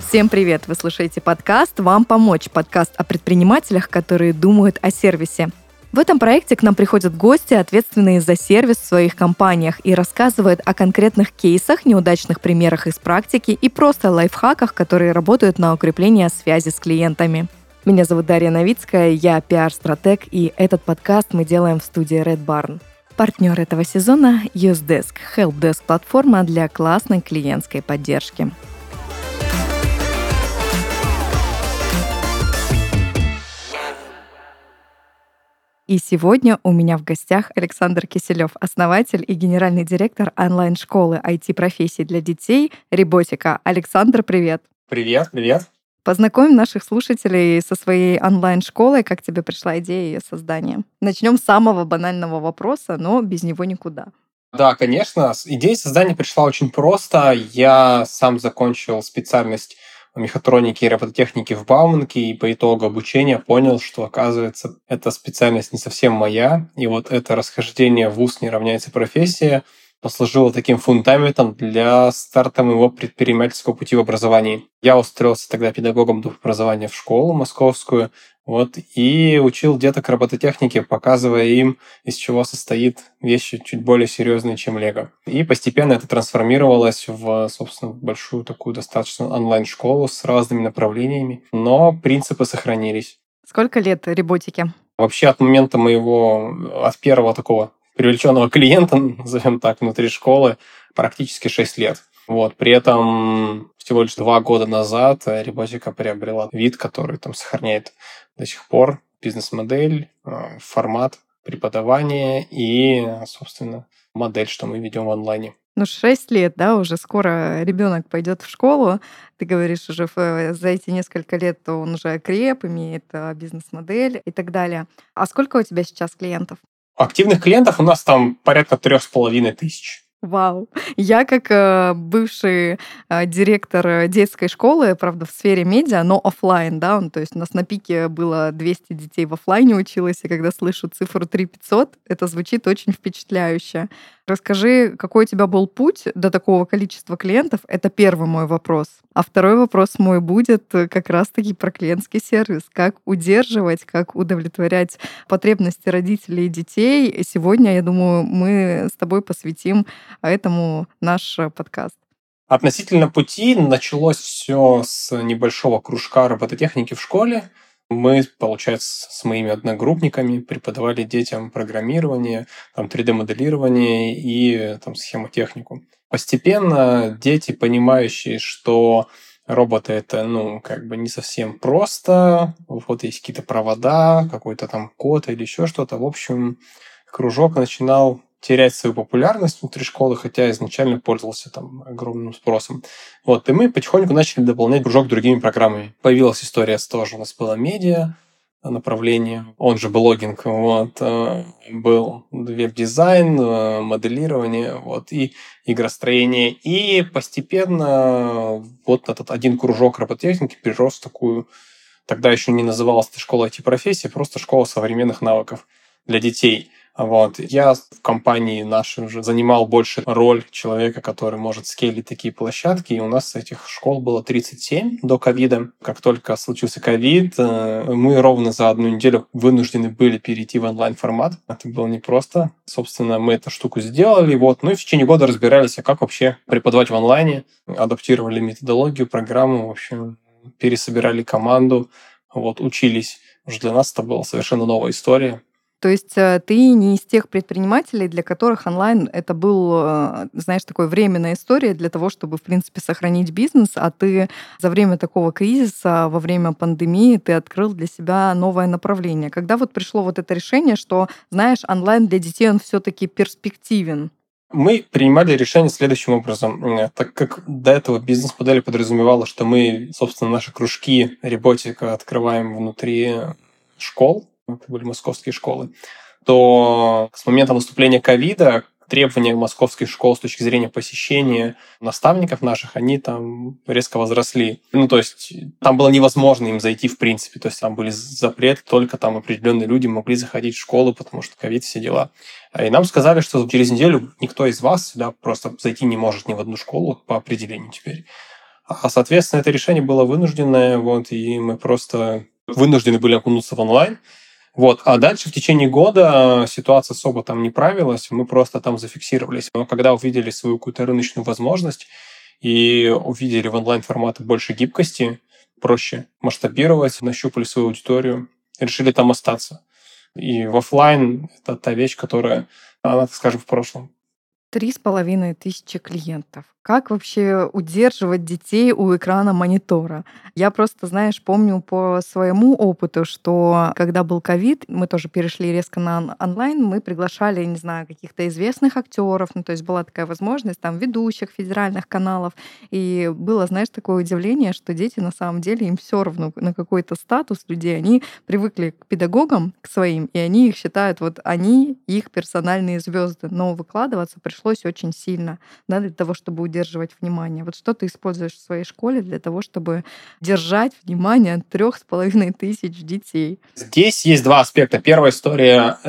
Всем привет! Вы слушаете подкаст «Вам помочь» — подкаст о предпринимателях, которые думают о сервисе. В этом проекте к нам приходят гости, ответственные за сервис в своих компаниях, и рассказывают о конкретных кейсах, неудачных примерах из практики и просто лайфхаках, которые работают на укрепление связи с клиентами. Меня зовут Дарья Новицкая, я пиар-стратег, и этот подкаст мы делаем в студии Red Barn. Партнер этого сезона — UseDesk — helpdesk-платформа для классной клиентской поддержки. И сегодня у меня в гостях Александр Киселев, основатель и генеральный директор онлайн-школы IT-профессий для детей «Риботика». Александр, привет! Привет, привет! Познакомим наших слушателей со своей онлайн-школой. Как тебе пришла идея ее создания? Начнем с самого банального вопроса, но без него никуда. Да, конечно. Идея создания пришла очень просто. Я сам закончил специальность мехатроники и робототехники в Бауманке, и по итогу обучения понял, что, оказывается, эта специальность не совсем моя, и вот это расхождение в вуз не равняется профессия послужило таким фундаментом для старта моего предпринимательского пути в образовании. Я устроился тогда педагогом доп. Образования в школу московскую, и учил деток робототехнике, показывая им, из чего состоит вещи чуть более серьезные, чем Лего. И постепенно это трансформировалось в, собственно, большую такую достаточно онлайн-школу с разными направлениями, но принципы сохранились. Сколько лет Риботике? Вообще от момента от первого такого привлеченного клиента, назовем так, внутри школы, практически 6 лет. При этом всего лишь 2 года назад Риботика приобрела вид, который сохраняет до сих пор бизнес-модель, формат преподавания и, собственно, модель, что мы ведем в онлайне. 6 лет, да, уже скоро ребенок пойдет в школу. Ты говоришь, уже за эти несколько лет он уже окреп, имеет бизнес-модель и так далее. А сколько у тебя сейчас клиентов? Активных клиентов у нас там порядка 3500. Вау! Я как бывший директор детской школы, правда, в сфере медиа, но офлайн, да, то есть у нас на пике было 200 детей в офлайне училось, и когда слышу цифру 3500, это звучит очень впечатляюще. Расскажи, какой у тебя был путь до такого количества клиентов? Это первый мой вопрос. А второй вопрос мой будет как раз-таки про клиентский сервис. Как удерживать, как удовлетворять потребности родителей и детей. Сегодня, я думаю, мы с тобой посвятим этому наш подкаст. Относительно пути началось все с небольшого кружка робототехники в школе. Мы, получается, с моими одногруппниками преподавали детям программирование, 3D-моделирование и схемотехнику. Постепенно дети, понимающие, что роботы это, не совсем просто, есть какие-то провода, какой-то код или еще что-то. В общем, кружок начинал терять свою популярность внутри школы, хотя изначально пользовался огромным спросом. И мы потихоньку начали дополнять кружок другими программами. Появилась история тоже. У нас было медиа направление, он же блогинг, был веб-дизайн, моделирование, и игростроение. И постепенно этот один кружок робототехники перерос в такую, тогда еще не называлась эта школа IT-профессии, просто школа современных навыков для детей. Я в компании нашей уже занимал больше роль человека, который может скейлить такие площадки, и у нас этих школ было 37 до ковида. Как только случился ковид, мы ровно за 1 неделю вынуждены были перейти в онлайн-формат. Это было непросто. Собственно, мы эту штуку сделали, и в течение года разбирались, как вообще преподавать в онлайне, адаптировали методологию, программу, в общем, пересобирали команду, учились. Уже для нас это была совершенно новая история. То есть ты не из тех предпринимателей, для которых онлайн это был, знаешь, такой временная история для того, чтобы, в принципе, сохранить бизнес, а ты за время такого кризиса, во время пандемии, ты открыл для себя новое направление. Когда пришло это решение, что, знаешь, онлайн для детей, он все-таки перспективен? Мы принимали решение следующим образом. Так как до этого бизнес-модель подразумевала, что мы, собственно, наши кружки Риботика открываем внутри школ, это были московские школы, то с момента наступления ковида требования московских школ с точки зрения посещения наставников наших, они резко возросли. То есть там было невозможно им зайти в принципе. То есть там были запреты, только определенные люди могли заходить в школу, потому что ковид, все дела. И нам сказали, что через неделю никто из вас сюда просто зайти не может ни в одну школу по определению теперь. Соответственно, это решение было вынужденное, вот, и мы просто вынуждены были окунуться в онлайн. Вот. А дальше в течение года ситуация особо там не правилась, мы просто там зафиксировались. Но когда увидели свою какую-то рыночную возможность и увидели в онлайн-формате больше гибкости, проще масштабировать, нащупали свою аудиторию, решили там остаться. И в офлайн это та вещь, которая, она, так скажем, в прошлом. 3500 клиентов. Как вообще удерживать детей у экрана монитора? Я просто, знаешь, помню по своему опыту, что когда был ковид, мы тоже перешли резко на онлайн, мы приглашали, не знаю, каких-то известных актеров, ну, то есть была такая возможность, там, ведущих федеральных каналов, и было, знаешь, такое удивление, что дети, на самом деле, им все равно на какой-то статус людей, они привыкли к педагогам, к своим, и они их считают, вот они их персональные звезды, но выкладываться пришлось очень сильно, да, для того, чтобы удерживать внимание. Вот что ты используешь в своей школе для того, чтобы держать внимание 3500 детей? Здесь есть два аспекта. Первая история –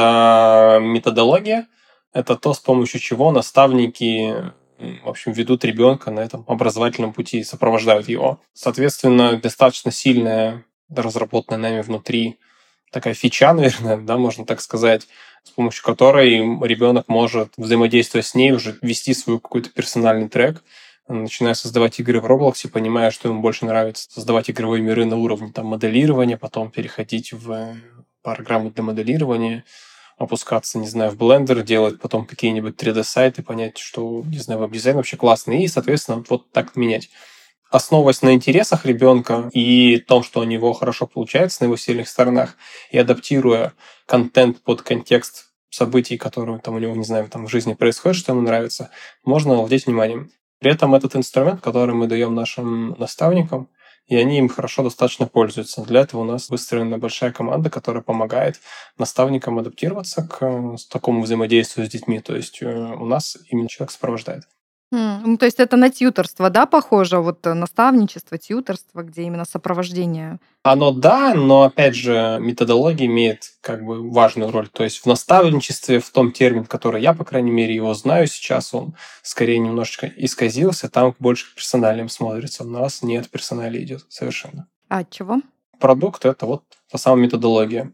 это методология. Это то, с помощью чего наставники, в общем, ведут ребенка на этом образовательном пути, сопровождают его. Соответственно, достаточно сильная, разработанная нами внутри такая фича, наверное, да, можно так сказать, с помощью которой ребенок может, взаимодействуя с ней, уже вести свой какой-то персональный трек, начиная создавать игры в Роблоксе, понимая, что ему больше нравится создавать игровые миры на уровне там, моделирования, потом переходить в программу для моделирования, опускаться, не знаю, в Blender, делать потом какие-нибудь 3D-сайты, понять, что, не знаю, веб-дизайн вообще классный, и, соответственно, вот так менять. Основываясь на интересах ребенка и том, что у него хорошо получается, на его сильных сторонах, и адаптируя контент под контекст событий, которые там у него, не знаю, там в жизни происходят, что ему нравится, можно овладеть вниманием. При этом этот инструмент, который мы даем нашим наставникам, и они им хорошо достаточно пользуются. Для этого у нас выстроена большая команда, которая помогает наставникам адаптироваться к такому взаимодействию с детьми. То есть у нас именно человек сопровождает. Ну, то есть это на тьюторство, да, похоже? Вот наставничество, тьюторство, где именно сопровождение. Оно да, но опять же методология имеет как бы важную роль. То есть в наставничестве, в том термин, который я, по крайней мере, его знаю сейчас, он скорее немножечко исказился, там больше к персоналиям смотрится. У нас нет персоналии идет совершенно. А от чего? Продукт – это вот та самая методология.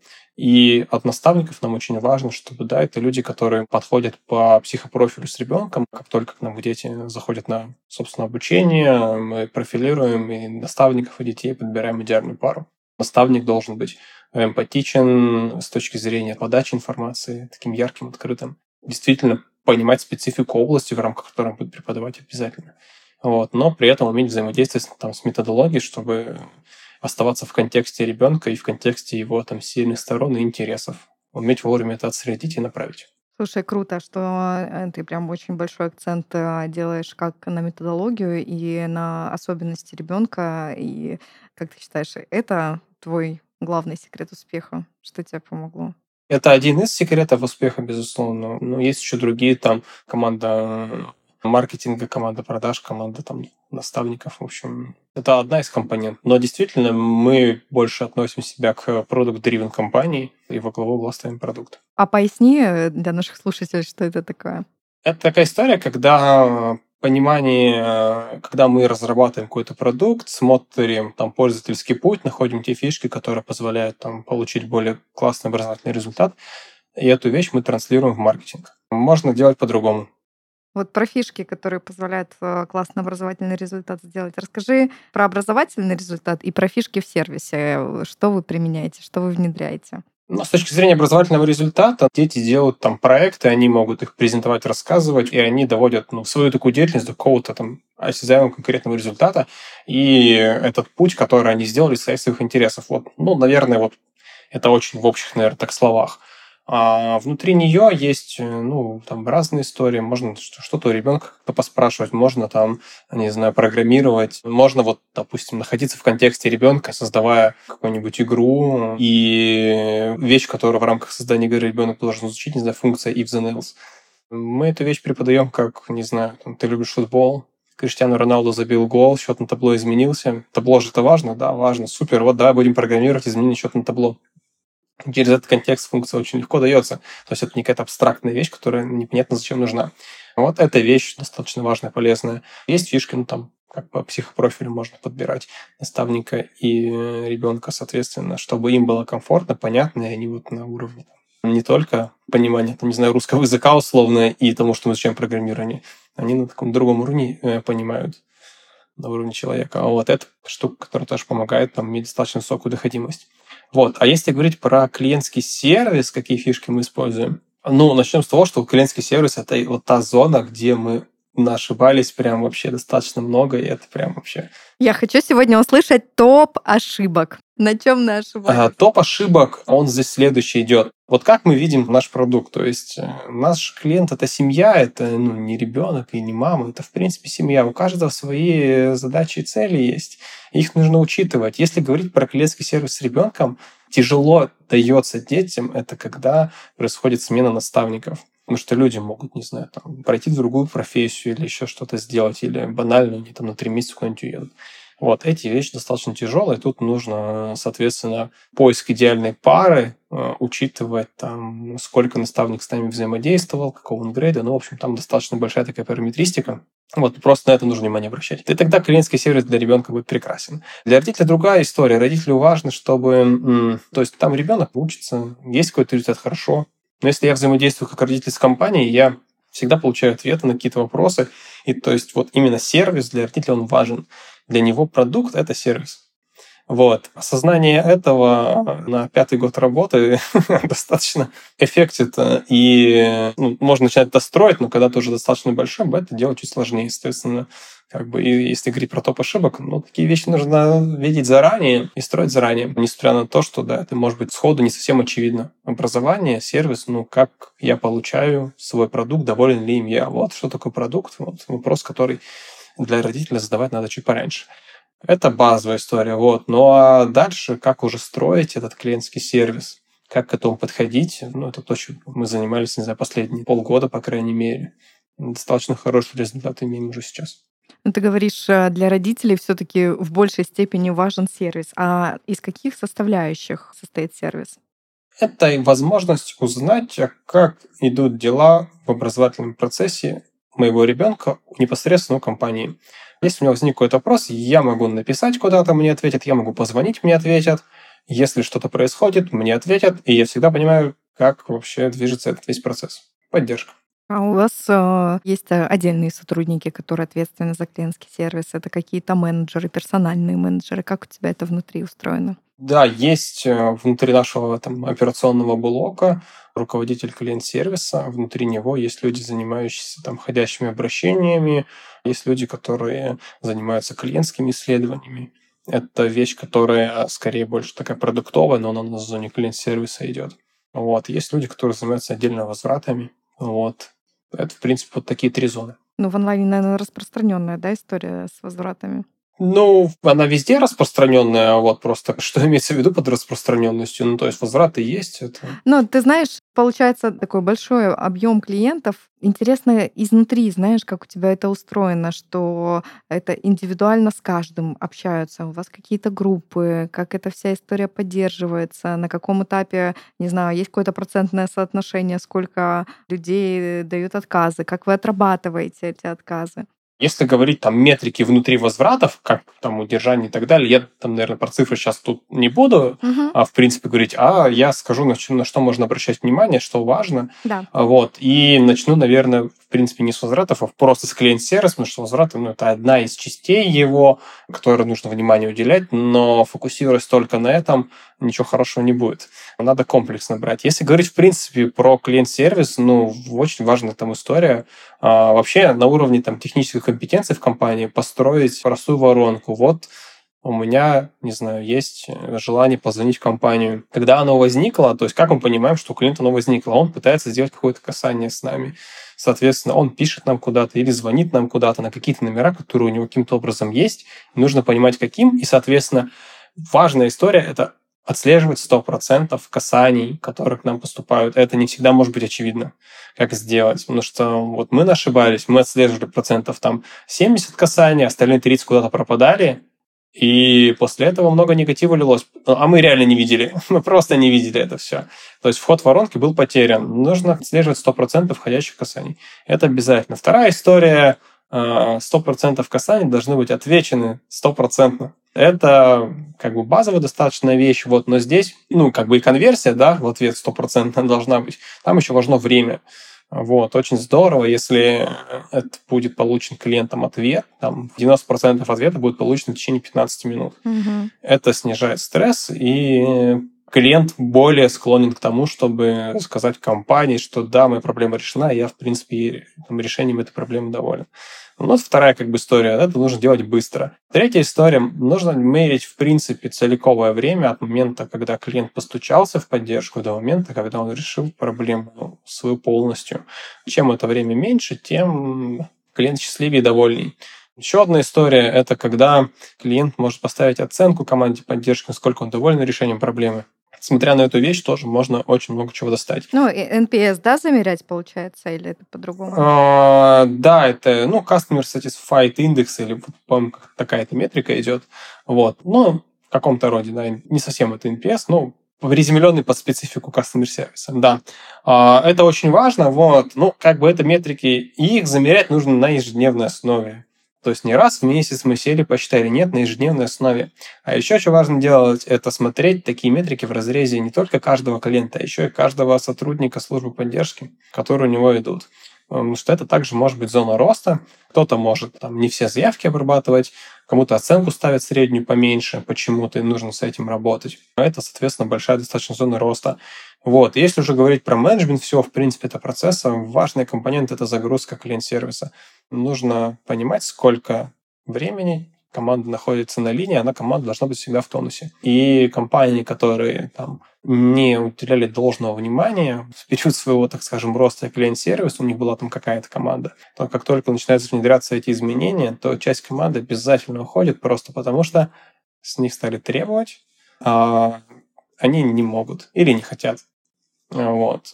И от наставников нам очень важно, чтобы, да, это люди, которые подходят по психопрофилю с ребенком. Как только к нам дети заходят на, собственно, обучение, мы профилируем и наставников, и детей подбираем идеальную пару. Наставник должен быть эмпатичен с точки зрения подачи информации, таким ярким, открытым. Действительно понимать специфику области, в рамках которой он будет преподавать обязательно. Вот. Но при этом уметь взаимодействовать там, с методологией, чтобы оставаться в контексте ребенка и в контексте его там сильных сторон и интересов. Уметь вовремя это отследить и направить. Слушай, круто, что ты прям очень большой акцент делаешь как на методологию и на особенности ребенка. И как ты считаешь, это твой главный секрет успеха? Что тебе помогло? Это один из секретов успеха, безусловно. Но есть еще другие, там команда маркетинга, команда продаж, команда там наставников. В общем, это одна из компонентов. Но действительно, мы больше относим себя к продукт-дривен компании и во главу угла ставим продукт. А поясни для наших слушателей, что это такое. Это такая история, когда понимание, когда мы разрабатываем какой-то продукт, смотрим там пользовательский путь, находим те фишки, которые позволяют там получить более классный образовательный результат, и эту вещь мы транслируем в маркетинг. Можно делать по-другому. Вот про фишки, которые позволяют классный образовательный результат сделать. Расскажи про образовательный результат и про фишки в сервисе. Что вы применяете, что вы внедряете? Но с точки зрения образовательного результата, дети делают там проекты, они могут их презентовать, рассказывать, и они доводят свою такую деятельность до какого-то там осязаемого конкретного результата. И этот путь, который они сделали, исходя из своих интересов. Вот, наверное, вот это очень в общих, наверное, так словах. А внутри нее есть, там разные истории. Можно что-то у ребенка как-то поспрашивать, можно там, не знаю, программировать. Можно вот, допустим, находиться в контексте ребенка, создавая какую-нибудь игру. И вещь, которую в рамках создания игры ребенок должен изучить, не знаю, функция ifs and else. Мы эту вещь преподаем как, не знаю, ты любишь футбол, Криштиану Роналду забил гол, счет на табло изменился. Табло же это важно, да, важно, супер, вот давай будем программировать изменение счета на табло. Через этот контекст функция очень легко дается. То есть это не какая-то абстрактная вещь, которая непонятно зачем нужна. Вот эта вещь достаточно важная, полезная. Есть фишки, как по психопрофилю можно подбирать наставника и ребенка, соответственно, чтобы им было комфортно, понятно, и они вот на уровне не только понимания, там, не знаю, русского языка условно и тому, что мы изучаем программирование, они на таком другом уровне понимают, на уровне человека. А вот это штука, которая тоже помогает там иметь достаточно высокую доходимость. Вот. А если говорить про клиентский сервис, какие фишки мы используем? Ну, начнем с того, что клиентский сервис — это вот та зона, где мы ошибались прям вообще достаточно много, и это прям вообще... Я хочу сегодня услышать топ ошибок. На чем мы ошибались? Топ ошибок, он здесь следующий идет. Вот как мы видим наш продукт, то есть наш клиент — это семья, это не ребенок и не мама, это в принципе семья. У каждого свои задачи и цели есть, их нужно учитывать. Если говорить про клиентский сервис с ребенком, тяжело дается детям это, когда происходит смена наставников. Потому что люди могут, не знаю, там, пройти в другую профессию или еще что-то сделать, или банально они там на 3 месяца куда-нибудь уедут. Вот, эти вещи достаточно тяжелые. Тут нужно, соответственно, поиск идеальной пары, учитывать, там, сколько наставник с нами взаимодействовал, какого он грейда. Ну, в общем, там достаточно большая такая параметристика. Вот, просто на это нужно внимание обращать. И тогда клиентский сервис для ребенка будет прекрасен. Для родителя другая история. Родителю важно, чтобы... То есть там ребенок учится, есть какой-то результат, хорошо. Но если я взаимодействую как родитель с компанией, я всегда получаю ответы на какие-то вопросы. И то есть вот именно сервис для родителя, он важен. Для него продукт — это сервис. Вот. Осознание этого на 5-й год работы достаточно эффектит. И можно начинать это строить, но когда ты уже достаточно большой, это делать чуть сложнее. Соответственно, и если говорить про топ ошибок, такие вещи нужно видеть заранее и строить заранее. Несмотря на то, что это может быть сходу не совсем очевидно. Образование, сервис, как я получаю свой продукт, доволен ли им я. Вот что такое продукт. Вот вопрос, который для родителя задавать надо чуть пораньше. Это базовая история. Вот. Ну а дальше, как уже строить этот клиентский сервис, как к этому подходить, это то, чем мы занимались, не знаю, последние полгода, по крайней мере. Достаточно хороший результат имеем уже сейчас. Ты говоришь, для родителей все-таки в большей степени важен сервис. А из каких составляющих состоит сервис? Это и возможность узнать, как идут дела в образовательном процессе моего ребенка непосредственно у компании. Если у меня возник какой-то вопрос, я могу написать куда-то, мне ответят, я могу позвонить, мне ответят. Если что-то происходит, мне ответят, и я всегда понимаю, как вообще движется этот весь процесс. Поддержка. А у вас есть отдельные сотрудники, которые ответственны за клиентский сервис? Это какие-то менеджеры, персональные менеджеры? Как у тебя это внутри устроено? Да, есть внутри нашего операционного блока руководитель клиент-сервиса. Внутри него есть люди, занимающиеся входящими обращениями, есть люди, которые занимаются клиентскими исследованиями. Это вещь, которая скорее больше такая продуктовая, но она на зоне клиент-сервиса идет. Вот. Есть люди, которые занимаются отдельно возвратами. Вот. Это, в принципе, вот такие 3 зоны. В онлайне, наверное, распространенная, история с возвратами? Она везде распространенная, вот просто что имеется в виду под распространенностью. То есть возвраты есть. Ты знаешь, получается такой большой объем клиентов. Интересно изнутри, знаешь, как у тебя это устроено, что это индивидуально с каждым общаются. У вас какие-то группы, как эта вся история поддерживается, на каком этапе, не знаю, есть какое-то процентное соотношение, сколько людей дают отказы, как вы отрабатываете эти отказы? Если говорить метрики внутри возвратов, как удержание и так далее, я наверное, про цифры сейчас тут не буду, в принципе, говорить, я скажу, на что можно обращать внимание, что важно. Да. Вот. И начну, наверное, в принципе, не с возвратов, а просто с клиент-сервиса, потому что возвраты, это одна из частей его, которой нужно внимание уделять, но фокусируясь только на этом, ничего хорошего не будет. Надо комплексно брать. Если говорить, в принципе, про клиент-сервис, очень важная история. Вообще на уровне технических компетенций в компании построить простую воронку. Вот у меня, не знаю, есть желание позвонить в компанию. Когда оно возникло, то есть как мы понимаем, что у клиента оно возникло, он пытается сделать какое-то касание с нами. Соответственно, он пишет нам куда-то или звонит нам куда-то на какие-то номера, которые у него каким-то образом есть. Нужно понимать, каким. И, соответственно, важная история – это отслеживать 100% касаний, которые к нам поступают. Это не всегда может быть очевидно, как сделать. Потому что мы ошибались, мы отслеживали 70% касаний, остальные 30% куда-то пропадали, и после этого много негатива лилось. А мы реально не видели. Мы просто не видели это все. То есть вход в воронки был потерян. Нужно отслеживать 100% входящих касаний. Это обязательно. Вторая история 100% касаний должны быть отвечены 100%. Это как бы базовая достаточно вещь, вот, но здесь, и конверсия, да, в ответ 100% должна быть. Там еще важно время. Вот, очень здорово, если это будет получен клиентом ответ, там 90% ответа будет получено в течение 15 минут. Мгм. Это снижает стресс, и клиент более склонен к тому, чтобы сказать компании, что да, моя проблема решена, и я, в принципе, решением этой проблемы доволен. Вот вторая история. Это нужно делать быстро. Третья история. Нужно мерить, в принципе, целиковое время от момента, когда клиент постучался в поддержку, до момента, когда он решил проблему свою полностью. Чем это время меньше, тем клиент счастливее и довольней. Еще одна история – это когда клиент может поставить оценку команде поддержки, насколько он доволен решением проблемы. Смотря на эту вещь, тоже можно очень много чего достать. И NPS, да, замерять, получается, или это по-другому? Да, это Customer Satisfied Index, или, по-моему, такая-то метрика идет. Вот. В каком-то роде, да, не совсем это NPS, приземленный под специфику Customer Service. Да. Это очень важно. Вот. Это метрики, и их замерять нужно на ежедневной основе. То есть не раз в месяц мы сели, посчитали, нет, на ежедневной основе. А еще что важно делать, это смотреть такие метрики в разрезе не только каждого клиента, а еще и каждого сотрудника службы поддержки, которые у него идут. Потому что это также может быть зона роста. Кто-то может не все заявки обрабатывать, кому-то оценку ставят среднюю поменьше, почему-то и нужно с этим работать. Это, соответственно, большая достаточно зона роста. Вот. Если уже говорить про менеджмент всего, в принципе, это процесса, важный компонент – это загрузка клиент-сервиса. Нужно понимать, сколько времени команда находится на линии, команда должна быть всегда в тонусе. И компании, которые не уделяли должного внимания в период своего, так скажем, роста клиент-сервиса, у них была какая-то команда, то как только начинаются внедряться эти изменения, то часть команды обязательно уходит просто потому, что с них стали требовать, а они не могут или не хотят. Вот.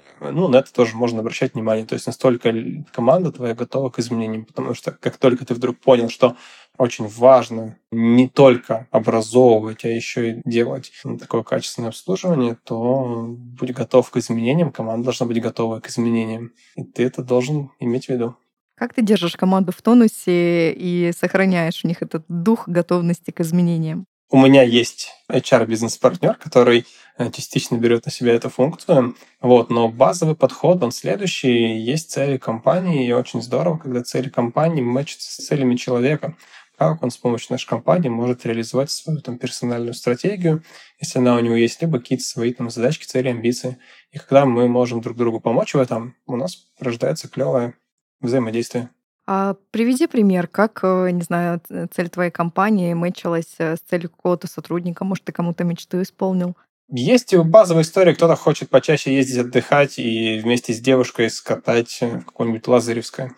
На это тоже можно обращать внимание. То есть настолько команда твоя готова к изменениям, потому что как только ты вдруг понял, что очень важно не только образовывать, а еще и делать такое качественное обслуживание, то будь готов к изменениям, команда должна быть готова к изменениям. И ты это должен иметь в виду. Как ты держишь команду в тонусе и сохраняешь у них этот дух готовности к изменениям? У меня есть HR-бизнес-партнер, который частично берет на себя эту функцию. Вот, но базовый подход, он следующий. Есть цели компании, и очень здорово, когда цели компании мэчатся с целями человека. Как он с помощью нашей компании может реализовать свою персональную стратегию, если она у него есть, либо какие-то свои задачки, цели, амбиции. И когда мы можем друг другу помочь в этом, у нас рождается клевое взаимодействие. Приведи пример, как, не знаю, цель твоей компании мэчилась с целью какого-то сотрудника. Может, ты кому-то мечту исполнил? Есть базовая история, кто-то хочет почаще ездить отдыхать и вместе с девушкой скатать в какое-нибудь Лазаревское.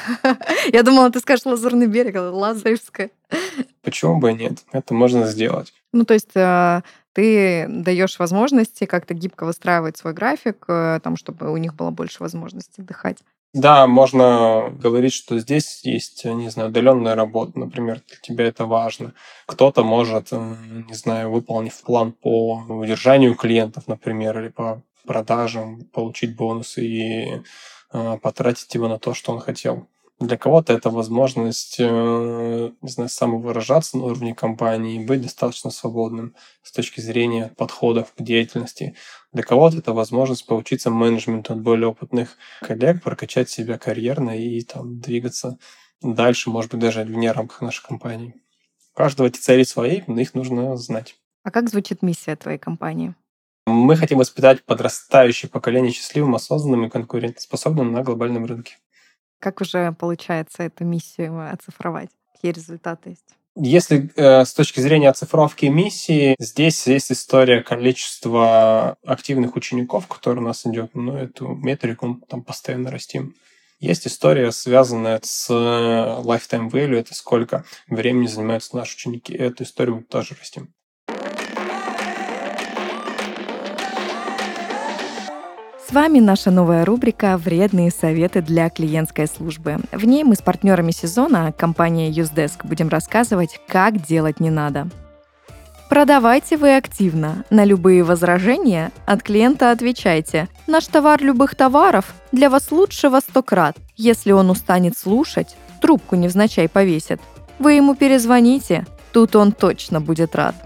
Я думала, ты скажешь Лазурный берег, Лазаревское. Почему бы и нет? Это можно сделать. То есть ты даешь возможности как-то гибко выстраивать свой график, чтобы у них было больше возможностей отдыхать. Да, можно говорить, что здесь есть, не знаю, удаленная работа, например, для тебя это важно. Кто-то может, не знаю, выполнив план по удержанию клиентов, например, или по продажам, получить бонусы и потратить его на то, что он хотел. Для кого-то это возможность, не знаю, самовыражаться на уровне компании и быть достаточно свободным с точки зрения подходов к деятельности. Для кого-то это возможность поучиться менеджменту от более опытных коллег, прокачать себя карьерно и двигаться дальше, может быть, даже вне рамках нашей компании. У каждого эти цели свои, но их нужно знать. А как звучит миссия твоей компании? Мы хотим воспитать подрастающее поколение счастливым, осознанным и конкурентоспособным на глобальном рынке. Как уже получается эту миссию оцифровать? Какие результаты есть? Если с точки зрения оцифровки миссии, здесь есть история количества активных учеников, которые у нас идет, эту метрику постоянно растим. Есть история, связанная с lifetime value, это сколько времени занимаются наши ученики. Эту историю мы тоже растим. С вами наша новая рубрика «Вредные советы для клиентской службы». В ней мы с партнерами сезона, компанией Usedesk, будем рассказывать, как делать не надо. Продавайте вы активно. На любые возражения от клиента отвечайте. Наш товар любых товаров для вас лучше во 100 крат. Если он устанет слушать, трубку невзначай повесит. Вы ему перезвоните, тут он точно будет рад.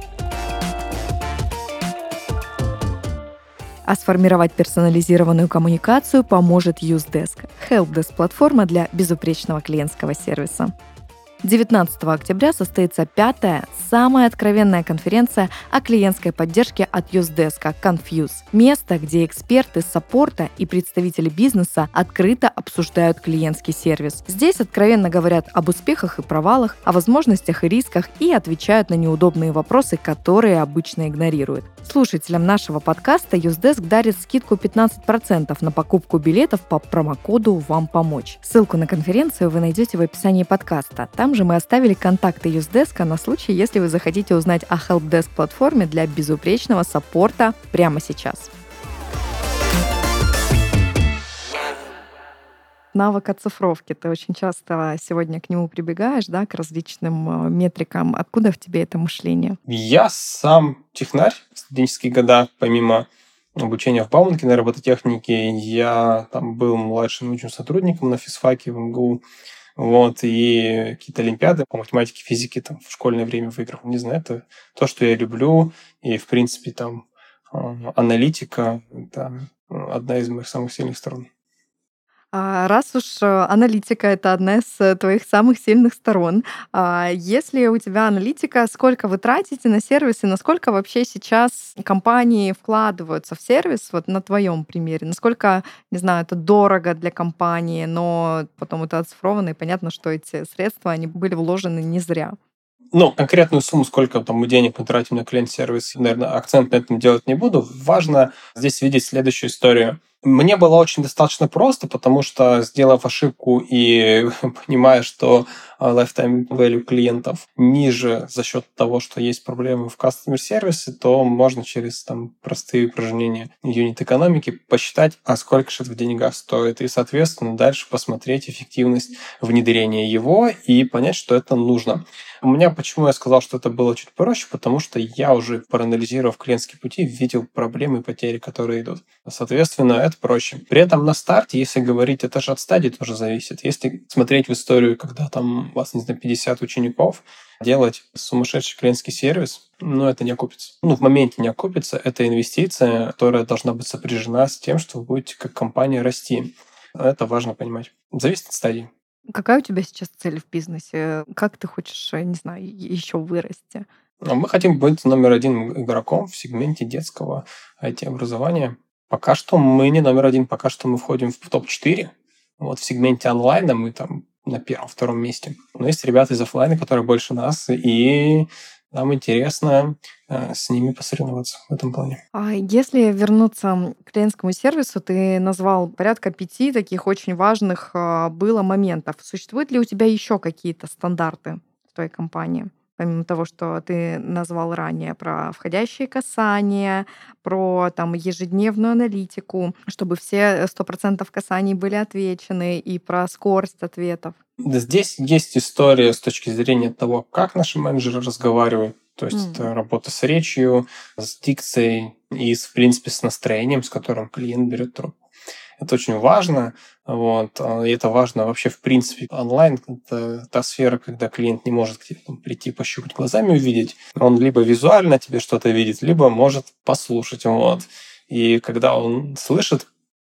А сформировать персонализированную коммуникацию поможет UseDesk – helpdesk-платформа для безупречного клиентского сервиса. 19 октября состоится 5-я, самая откровенная конференция о клиентской поддержке от UseDesk Confuse. Место, где эксперты саппорта и представители бизнеса открыто обсуждают клиентский сервис. Здесь откровенно говорят об успехах и провалах, о возможностях и рисках и отвечают на неудобные вопросы, которые обычно игнорируют. Слушателям нашего подкаста UseDesk дарит скидку 15% на покупку билетов по промокоду «Вам помочь». Ссылку на конференцию вы найдете в описании подкаста. Там же мы оставили контакты UseDesk на случай, если вы захотите узнать о HelpDesk-платформе для безупречного саппорта прямо сейчас. Навык оцифровки. Ты очень часто сегодня к нему прибегаешь, да, к различным метрикам. Откуда в тебе это мышление? Я сам технарь в студенческие года, помимо обучения в Бауманке на робототехнике, я там был младшим научным сотрудником на физфаке в МГУ. Вот, и какие-то олимпиады по математике, физике там в школьное время выиграл. Не знаю, это то, что я люблю. И, в принципе, там аналитика – это одна из моих самых сильных сторон. Раз уж аналитика — это одна из твоих самых сильных сторон, если у тебя аналитика, сколько вы тратите на сервис и насколько вообще сейчас компании вкладываются в сервис, вот на твоем примере? Насколько, не знаю, это дорого для компании, но потом это оцифровано, и понятно, что эти средства, они были вложены не зря. Ну, конкретную сумму, сколько там мы денег мы тратим на клиент-сервис, наверное, акцент на этом делать не буду. Важно здесь видеть следующую историю. Мне было очень достаточно просто, потому что, сделав ошибку и понимая, что lifetime value клиентов ниже за счет того, что есть проблемы в customer сервисе, то можно через там простые упражнения юнит-экономики посчитать, а сколько же это в деньгах стоит, и, соответственно, дальше посмотреть эффективность внедрения его и понять, что это нужно. У меня, почему я сказал, что это было чуть проще, потому что я уже, проанализировав клиентские пути, видел проблемы и потери, которые идут. Соответственно, это проще. При этом на старте, если говорить, это же от стадии тоже зависит. Если смотреть в историю, когда там у вас, не знаю, 50 учеников, делать сумасшедший клиентский сервис, это не окупится. В моменте не окупится. Это инвестиция, которая должна быть сопряжена с тем, что вы будете как компания расти. Это важно понимать. Зависит от стадии. Какая у тебя сейчас цель в бизнесе? Как ты хочешь, не знаю, еще вырасти? Мы хотим быть номер один игроком в сегменте детского IT-образования. Пока что мы не номер один, пока что мы входим в топ-4. Вот в сегменте онлайна мы там на первом-втором месте. Но есть ребята из офлайна, которые больше нас, и нам интересно с ними посоревноваться в этом плане. А если вернуться к клиентскому сервису, ты назвал порядка 5 таких очень важных было моментов. Существуют ли у тебя еще какие-то стандарты в твоей компании? Помимо того, что ты назвал ранее про входящие касания, про там ежедневную аналитику, чтобы все 100% касаний были отвечены, и про скорость ответов. Здесь есть история с точки зрения того, как наши менеджеры разговаривают. То есть это работа с речью, с дикцией и, в принципе, с настроением, с которым клиент берет трубку. Это очень важно. И это важно вообще в принципе. Онлайн — это та сфера, когда клиент не может к тебе прийти, пощупать глазами, увидеть. Он либо визуально тебе что-то видит, либо может послушать. И когда он слышит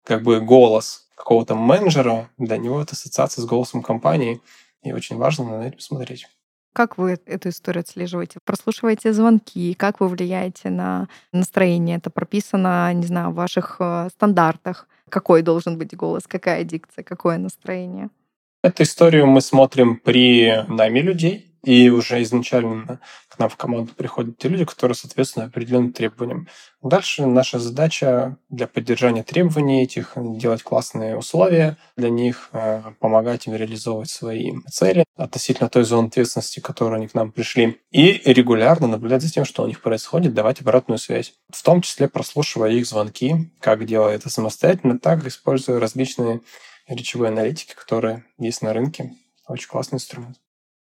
голос какого-то менеджера, для него это ассоциация с голосом компании. И очень важно на это посмотреть. Как вы эту историю отслеживаете? Прослушиваете звонки? Как вы влияете на настроение? Это прописано, не знаю, в ваших стандартах? Какой должен быть голос, какая дикция, какое настроение? Эту историю мы смотрим при найме людей, и уже изначально к нам в команду приходят те люди, которые соответствуют определенным требованиям. Дальше наша задача для поддержания требований этих делать классные условия для них, помогать им реализовывать свои цели относительно той зоны ответственности, к которой они к нам пришли, и регулярно наблюдать за тем, что у них происходит, давать обратную связь. В том числе прослушивая их звонки, как делая это самостоятельно, так используя различные речевые аналитики, которые есть на рынке. Очень классный инструмент.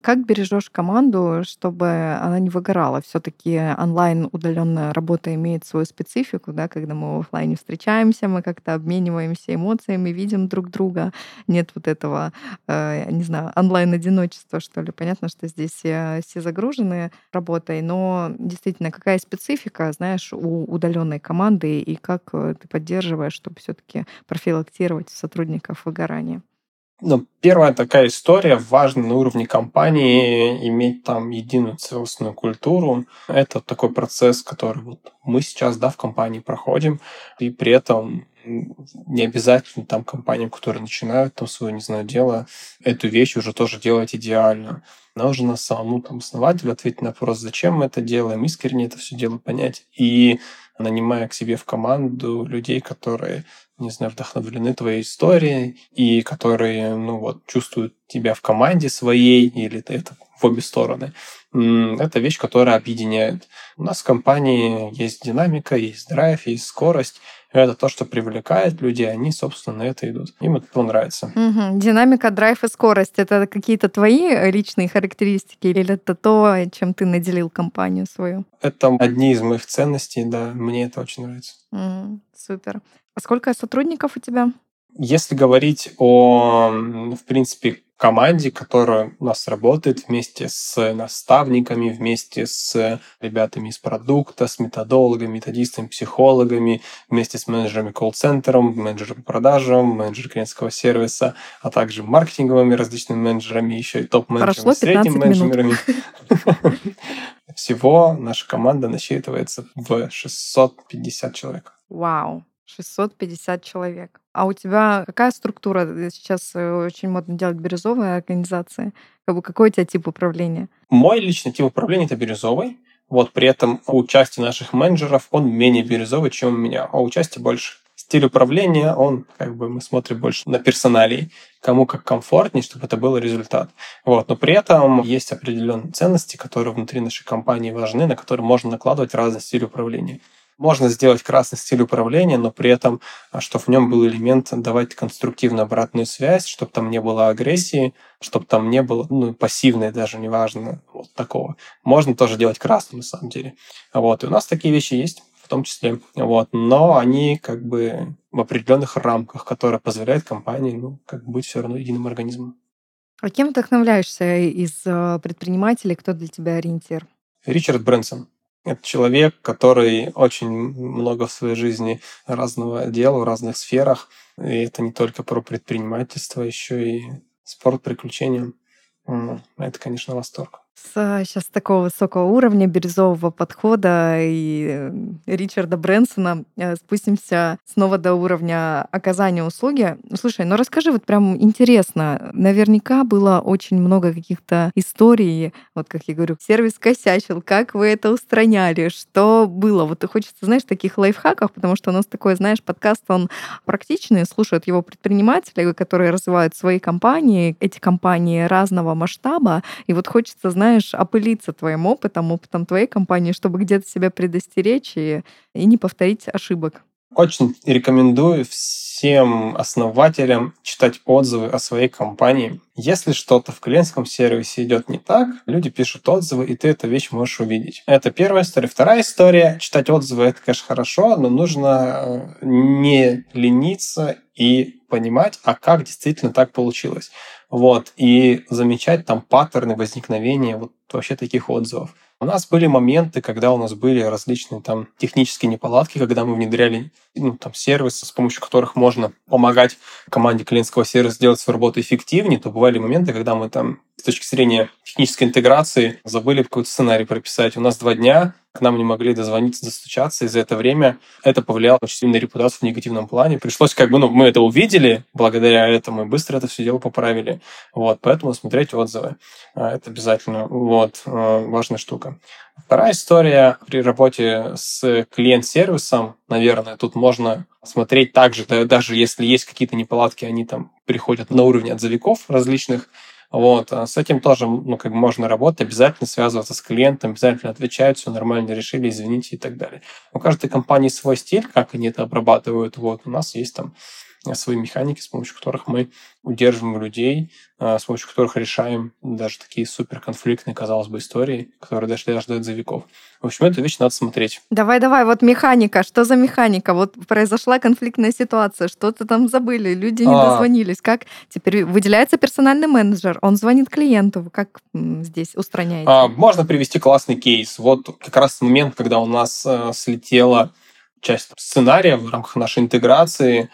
Как бережешь команду, чтобы она не выгорала? Все-таки онлайн удаленная работа имеет свою специфику, да, когда мы в оффлайне встречаемся, мы как-то обмениваемся эмоциями, видим друг друга. Нет вот этого, не знаю, онлайн-одиночества, что ли. Понятно, что здесь все загружены работой, но действительно, какая специфика, знаешь, у удаленной команды и как ты поддерживаешь, чтобы все-таки профилактировать у сотрудников выгорание? Ну, первая такая история, важно на уровне компании иметь там единую целостную культуру. Это такой процесс, который вот мы сейчас, да, в компании проходим, и при этом не обязательно там компаниям, которые начинают там свое, не знаю, дело, эту вещь уже тоже делать идеально. Нужно самому там основателю ответить на вопрос, зачем мы это делаем, искренне это все дело понять. И нанимая к себе в команду людей, которые, не знаю, вдохновлены твоей историей и которые, ну вот, чувствуют тебя в команде своей, или это в обе стороны. Это вещь, которая объединяет. У нас в компании есть динамика, есть драйв, есть скорость. Это то, что привлекает людей, они, собственно, на это идут. Им это нравится. Мгм. Динамика, драйв и скорость — это какие-то твои личные характеристики или это то, чем ты наделил компанию свою? Это одни из моих ценностей, да, мне это очень нравится. Супер. А сколько сотрудников у тебя? Если говорить о, в принципе, команде, которая у нас работает вместе с наставниками, вместе с ребятами из продукта, с методологами, методистами, психологами, вместе с менеджерами колл-центром, менеджерами по продажам, менеджерами клиентского сервиса, а также маркетинговыми различными менеджерами, еще и топ-менеджерами, Прошло средними 15 минут. менеджерами. Всего наша команда насчитывается в 650 человек. Вау, 650 человек. А у тебя какая структура? Сейчас очень модно делать бирюзовые организации. Какой у тебя тип управления? Мой личный тип управления — это бирюзовый. Вот при этом участие наших менеджеров, он менее бирюзовый, чем у меня, а участие больше. Стиль управления, он мы смотрим больше на персоналей, кому как комфортнее, чтобы это был результат. Вот. Но при этом есть определенные ценности, которые внутри нашей компании важны, на которые можно накладывать разный стиль управления. Можно сделать красный стиль управления, но при этом, чтобы в нем был элемент давать конструктивную обратную связь, чтобы там не было агрессии, чтобы там не было, пассивной даже, неважно, вот такого. Можно тоже делать красным, на самом деле. Вот. И у нас такие вещи есть в том числе. Вот. Но они в определенных рамках, которые позволяют компании быть все равно единым организмом. А кем вдохновляешься из предпринимателей? Кто для тебя ориентир? Ричард Брэнсон. Это человек, который очень много в своей жизни разного дела в разных сферах. И это не только про предпринимательство, еще и спорт, приключения. Это, конечно, восторг. Сейчас такого высокого уровня бирюзового подхода и Ричарда Брэнсона спустимся снова до уровня оказания услуги. Слушай, ну расскажи, вот прям интересно. Наверняка было очень много каких-то историй, вот как я говорю, сервис косячил, как вы это устраняли, что было? Вот хочется, знаешь, таких лайфхаков, потому что у нас такой, знаешь, подкаст, он практичный, слушают его предприниматели, которые развивают свои компании, эти компании разного масштаба, и вот хочется, знаешь, опылиться твоим опытом, опытом твоей компании, чтобы где-то себя предостеречь и не повторить ошибок. Очень рекомендую всем основателям читать отзывы о своей компании. Если что-то в клиентском сервисе идет не так, люди пишут отзывы, и ты эту вещь можешь увидеть. Это первая история. Вторая история. Читать отзывы — это, конечно, хорошо, но нужно не лениться и понимать, а как действительно так получилось. Вот. И замечать там паттерны возникновения вот вообще таких отзывов. У нас были моменты, когда у нас были различные там технические неполадки, когда мы внедряли сервисы, с помощью которых можно помогать команде клиентского сервиса сделать свою работу эффективнее, то бывали моменты, когда мы там с точки зрения технической интеграции забыли какой-то сценарий прописать. У нас 2 дня, к нам не могли дозвониться, достучаться, и за это время это повлияло очень сильно на репутацию в негативном плане. Пришлось мы это увидели, благодаря этому, и быстро это все дело поправили. Вот, поэтому смотреть отзывы. Это обязательно важная штука. Вторая история при работе с клиент-сервисом, наверное, тут можно смотреть также, даже если есть какие-то неполадки, они там приходят на уровне отзывиков различных. Вот. А с этим тоже можно работать, обязательно связываться с клиентом, обязательно отвечать, все нормально решили, извините и так далее. У каждой компании свой стиль, как они это обрабатывают. Вот. У нас есть там свои механики, с помощью которых мы удерживаем людей, с помощью которых решаем даже такие суперконфликтные, казалось бы, истории, которые дошли аж до веков. В общем, эту вещь надо смотреть. Давай, вот механика. Что за механика? Вот произошла конфликтная ситуация, что-то там забыли, люди не дозвонились. Как теперь выделяется персональный менеджер? Он звонит клиенту. Вы как здесь устраняете? Можно привести классный кейс. Вот как раз момент, когда у нас слетела часть сценария в рамках нашей интеграции,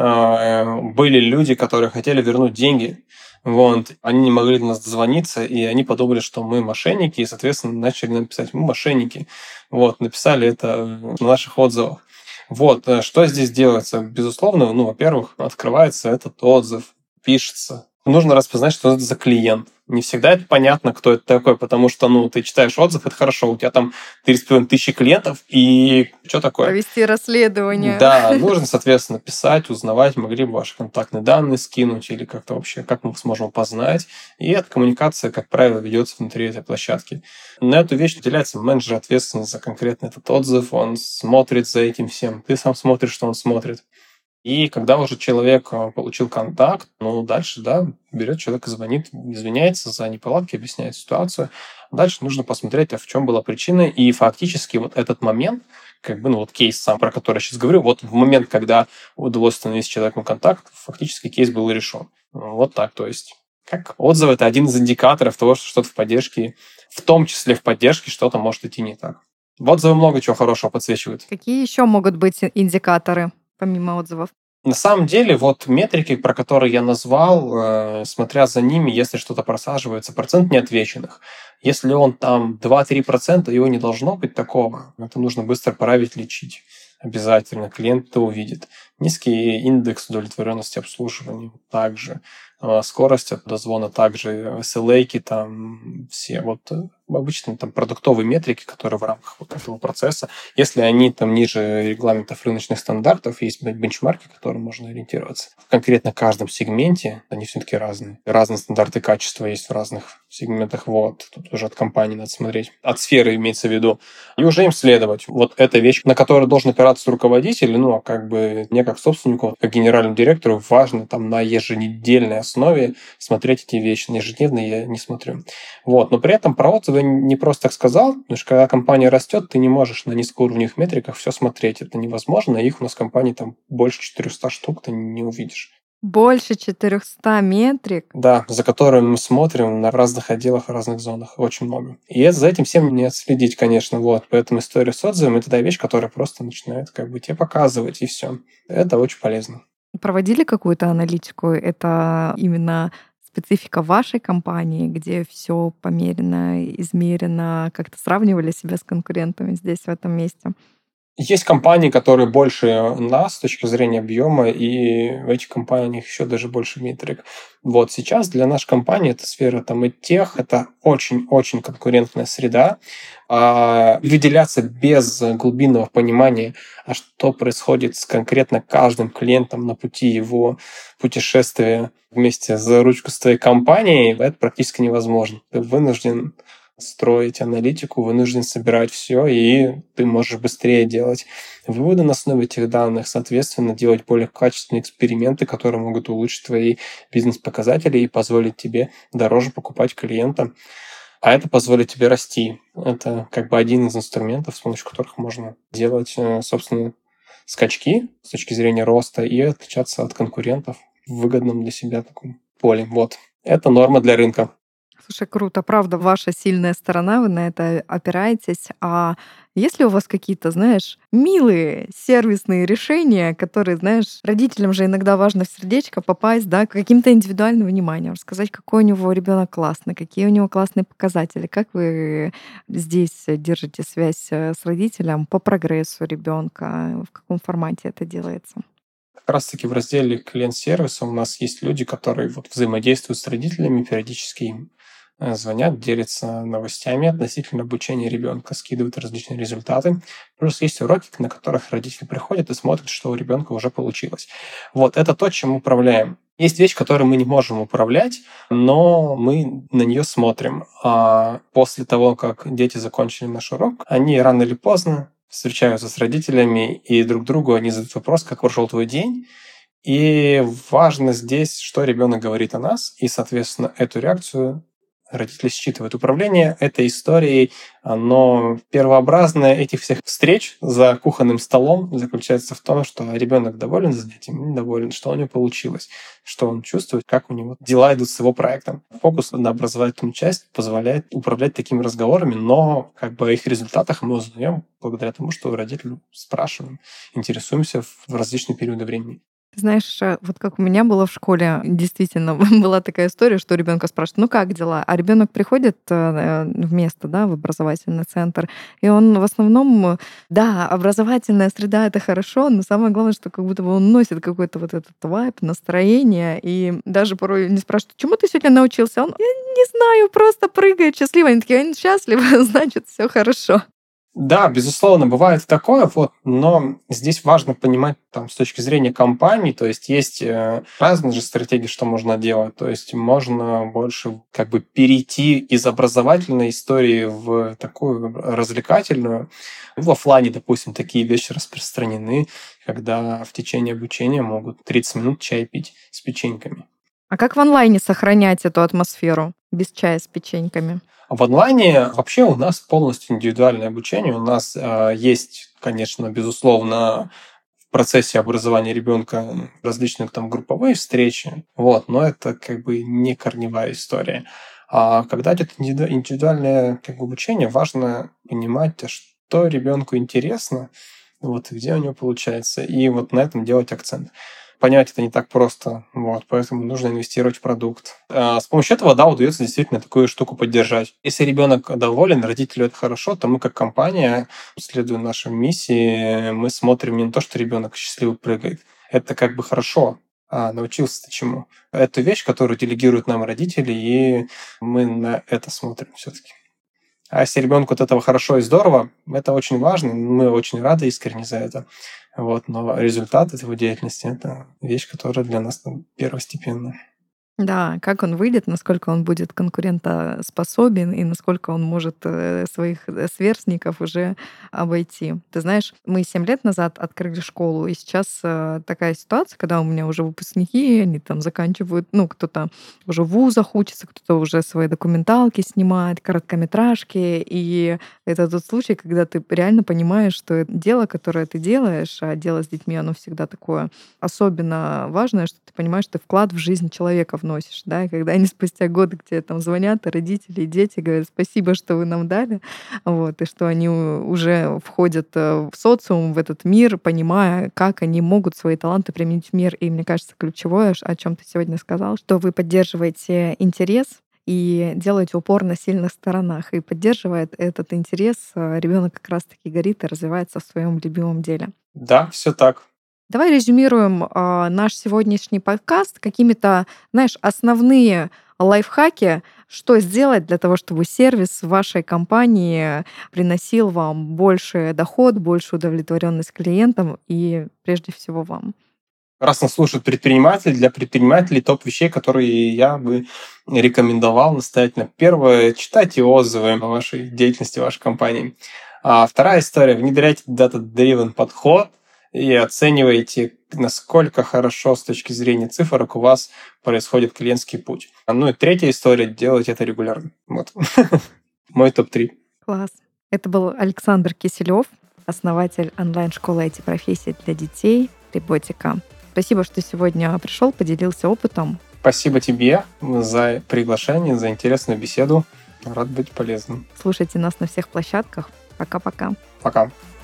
были люди, которые хотели вернуть деньги. Вот. Они не могли до нас дозвониться, и они подумали, что мы мошенники, и, соответственно, начали нам писать: мы мошенники. Вот. Написали это на наших отзывах. Вот. Что здесь делается? Безусловно, во-первых, открывается этот отзыв, пишется. Нужно распознать, что это за клиент. Не всегда это понятно, кто это такой, потому что, ты читаешь отзыв, это хорошо, у тебя там 30 тысяч клиентов, и что такое? Провести расследование. Да, нужно, соответственно, писать, узнавать, могли бы ваши контактные данные скинуть, или как-то вообще, как мы сможем опознать. И эта коммуникация, как правило, ведется внутри этой площадки. На эту вещь уделяется менеджер, ответственный за конкретно этот отзыв, он смотрит за этим всем, ты сам смотришь, что он смотрит. И когда уже человек получил контакт, дальше, берет человек и звонит, извиняется за неполадки, объясняет ситуацию. Дальше нужно посмотреть, в чем была причина. И фактически вот этот момент, кейс сам, про который я сейчас говорю, вот в момент, когда удалось установить с человеком контакт, фактически кейс был решен. Вот так, то есть как отзыв — это один из индикаторов того, что что-то в поддержке, в том числе в поддержке, что-то может идти не так. В отзывы много чего хорошего подсвечивают. Какие еще могут быть индикаторы, помимо отзывов? На самом деле, вот метрики, про которые я назвал, смотря за ними, если что-то просаживается, процент неотвеченных. Если он там 2-3%, его не должно быть такого. Это нужно быстро править, лечить. Обязательно клиент это увидит. Низкий индекс удовлетворенности обслуживания также. Скорость от дозвона также. SLA-ки там все. Вот обычно там продуктовые метрики, которые в рамках вот этого процесса, если они там ниже регламентов рыночных стандартов, есть бенчмарки, к которым можно ориентироваться. В конкретно каждом сегменте они все-таки разные. Разные стандарты качества есть в разных сегментах. Вот. Тут уже от компании надо смотреть. От сферы имеется в виду. И уже им следовать. Вот эта вещь, на которую должен опираться руководитель, мне как собственнику, как генеральному директору, важно там на еженедельной основе смотреть эти вещи. На ежедневные я не смотрю. Вот. Но при этом про отзывы не просто так сказал, потому что когда компания растет, ты не можешь на низкоуровневых метриках все смотреть. Это невозможно. Их у нас в компании там больше 400 штук ты не увидишь. Больше 400 метрик? Да, за которыми мы смотрим на разных отделах, в разных зонах. Очень много. И за этим всем не отследить, конечно. Вот. Поэтому история с отзывами — это та вещь, которая просто начинает тебе показывать, и все. Это очень полезно. Проводили какую-то аналитику? Это именно специфика вашей компании, где все померено, измерено? Как-то сравнивали себя с конкурентами здесь, в этом месте? Есть компании, которые больше нас с точки зрения объема, и в этих компаниях еще даже больше метрик. Вот сейчас для нашей компании эта сфера EdTech — это очень-очень конкурентная среда. Выделяться без глубинного понимания, что происходит с конкретно каждым клиентом на пути его путешествия вместе за ручку с твоей компанией, это практически невозможно. Ты вынужден строить аналитику, вынужден собирать все, и ты можешь быстрее делать выводы на основе этих данных, соответственно, делать более качественные эксперименты, которые могут улучшить твои бизнес-показатели и позволить тебе дороже покупать клиента. А это позволит тебе расти. Это один из инструментов, с помощью которых можно делать, собственно, скачки с точки зрения роста и отличаться от конкурентов в выгодном для себя таком поле. Вот. Это норма для рынка. Слушай, круто. Правда, ваша сильная сторона, вы на это опираетесь. А есть ли у вас какие-то, милые сервисные решения, которые, родителям же иногда важно в сердечко попасть, каким-то индивидуальным вниманием, рассказать, какой у него ребенок классный, какие у него классные показатели, как вы здесь держите связь с родителем по прогрессу ребенка, в каком формате это делается? Как раз-таки в разделе клиент-сервиса у нас есть люди, которые взаимодействуют с родителями, периодически им звонят, делятся новостями относительно обучения ребенка, скидывают различные результаты. Плюс есть уроки, на которых родители приходят и смотрят, что у ребенка уже получилось. Вот, это то, чем мы управляем. Есть вещь, которую мы не можем управлять, но мы на нее смотрим. А после того, как дети закончили наш урок, они рано или поздно встречаются с родителями, и друг другу они задают вопрос: как прошел твой день? И важно здесь, что ребенок говорит о нас, и, соответственно, эту реакцию родители считывают. Управление этой историей, оно первообразное этих всех встреч за кухонным столом заключается в том, что ребенок доволен занятием, недоволен, что у него получилось, что он чувствует, как у него дела идут с его проектом. Фокус на образовательную часть позволяет управлять такими разговорами, но о их результатах мы узнаем благодаря тому, что родители спрашиваем, интересуемся в различные периоды времени. Знаешь, вот как у меня было в школе, действительно была такая история, что ребенка спрашивают, ну как дела? А ребенок приходит в место, да, в образовательный центр, и он в основном, да, образовательная среда — это хорошо, но самое главное, что как будто бы он носит какой-то вот этот вайб, настроение, и даже порой не спрашивают, чему ты сегодня научился? Он, я не знаю, просто прыгает счастливо. Они такие, он счастлив, значит, все хорошо. Да, безусловно, бывает такое, но здесь важно понимать с точки зрения компаний, то есть разные же стратегии, что можно делать, то есть можно больше перейти из образовательной истории в такую развлекательную. В оффлайне, допустим, такие вещи распространены, когда в течение обучения могут 30 минут чай пить с печеньками. А как в онлайне сохранять эту атмосферу без чая с печеньками? В онлайне вообще у нас полностью индивидуальное обучение. У нас есть, конечно, безусловно, в процессе образования ребенка различные групповые встречи, но это не корневая история. А когда идет индивидуальное обучение, важно понимать, что ребенку интересно, где у него получается, и на этом делать акцент. Понять это не так просто, поэтому нужно инвестировать в продукт. С помощью этого, удается действительно такую штуку поддержать. Если ребенок доволен, родителю это хорошо, то мы как компания, следуя нашей миссии, мы смотрим не на то, что ребенок счастливо прыгает. Это хорошо, а научился-то чему. Это вещь, которую делегируют нам родители, и мы на это смотрим все-таки. А если ребенку от этого хорошо и здорово, это очень важно, мы очень рады искренне за это. Но результат этого деятельности — это вещь, которая для нас первостепенная. Да, как он выйдет, насколько он будет конкурентоспособен и насколько он может своих сверстников уже обойти. Ты знаешь, мы 7 лет назад открыли школу, и сейчас такая ситуация, когда у меня уже выпускники, они заканчивают, кто-то уже в вузах учится, кто-то уже свои документалки снимает, короткометражки, и это тот случай, когда ты реально понимаешь, что дело, которое ты делаешь, а дело с детьми, оно всегда такое особенно важное, что ты понимаешь, что ты вклад в жизнь человека вносишь, да, и когда они спустя годы к тебе звонят, и родители, и дети говорят, спасибо, что вы нам дали, и что они уже входят в социум, в этот мир, понимая, как они могут свои таланты применить в мир. И мне кажется, ключевое, о чем ты сегодня сказал, что вы поддерживаете интерес и делаете упор на сильных сторонах. И поддерживает этот интерес, ребенок как раз-таки горит и развивается в своем любимом деле. Да, все так. Давай резюмируем наш сегодняшний подкаст какими-то, основные лайфхаки, что сделать для того, чтобы сервис вашей компании приносил вам больше доход, больше удовлетворенность клиентам и прежде всего вам. Раз нас слушают предприниматели, для предпринимателей топ вещей, которые я бы рекомендовал настоятельно. Первое — читайте отзывы о вашей деятельности, вашей компании. А вторая история — внедряйте data-driven подход и оценивайте, насколько хорошо с точки зрения цифрок у вас происходит клиентский путь. И третья история — делайте это регулярно. Мой топ-3. Класс. Это был Александр Киселев, основатель онлайн-школы IT-профессий для детей Риботика. Спасибо, что сегодня пришел, поделился опытом. Спасибо тебе за приглашение, за интересную беседу. Рад быть полезным. Слушайте нас на всех площадках. Пока-пока. Пока.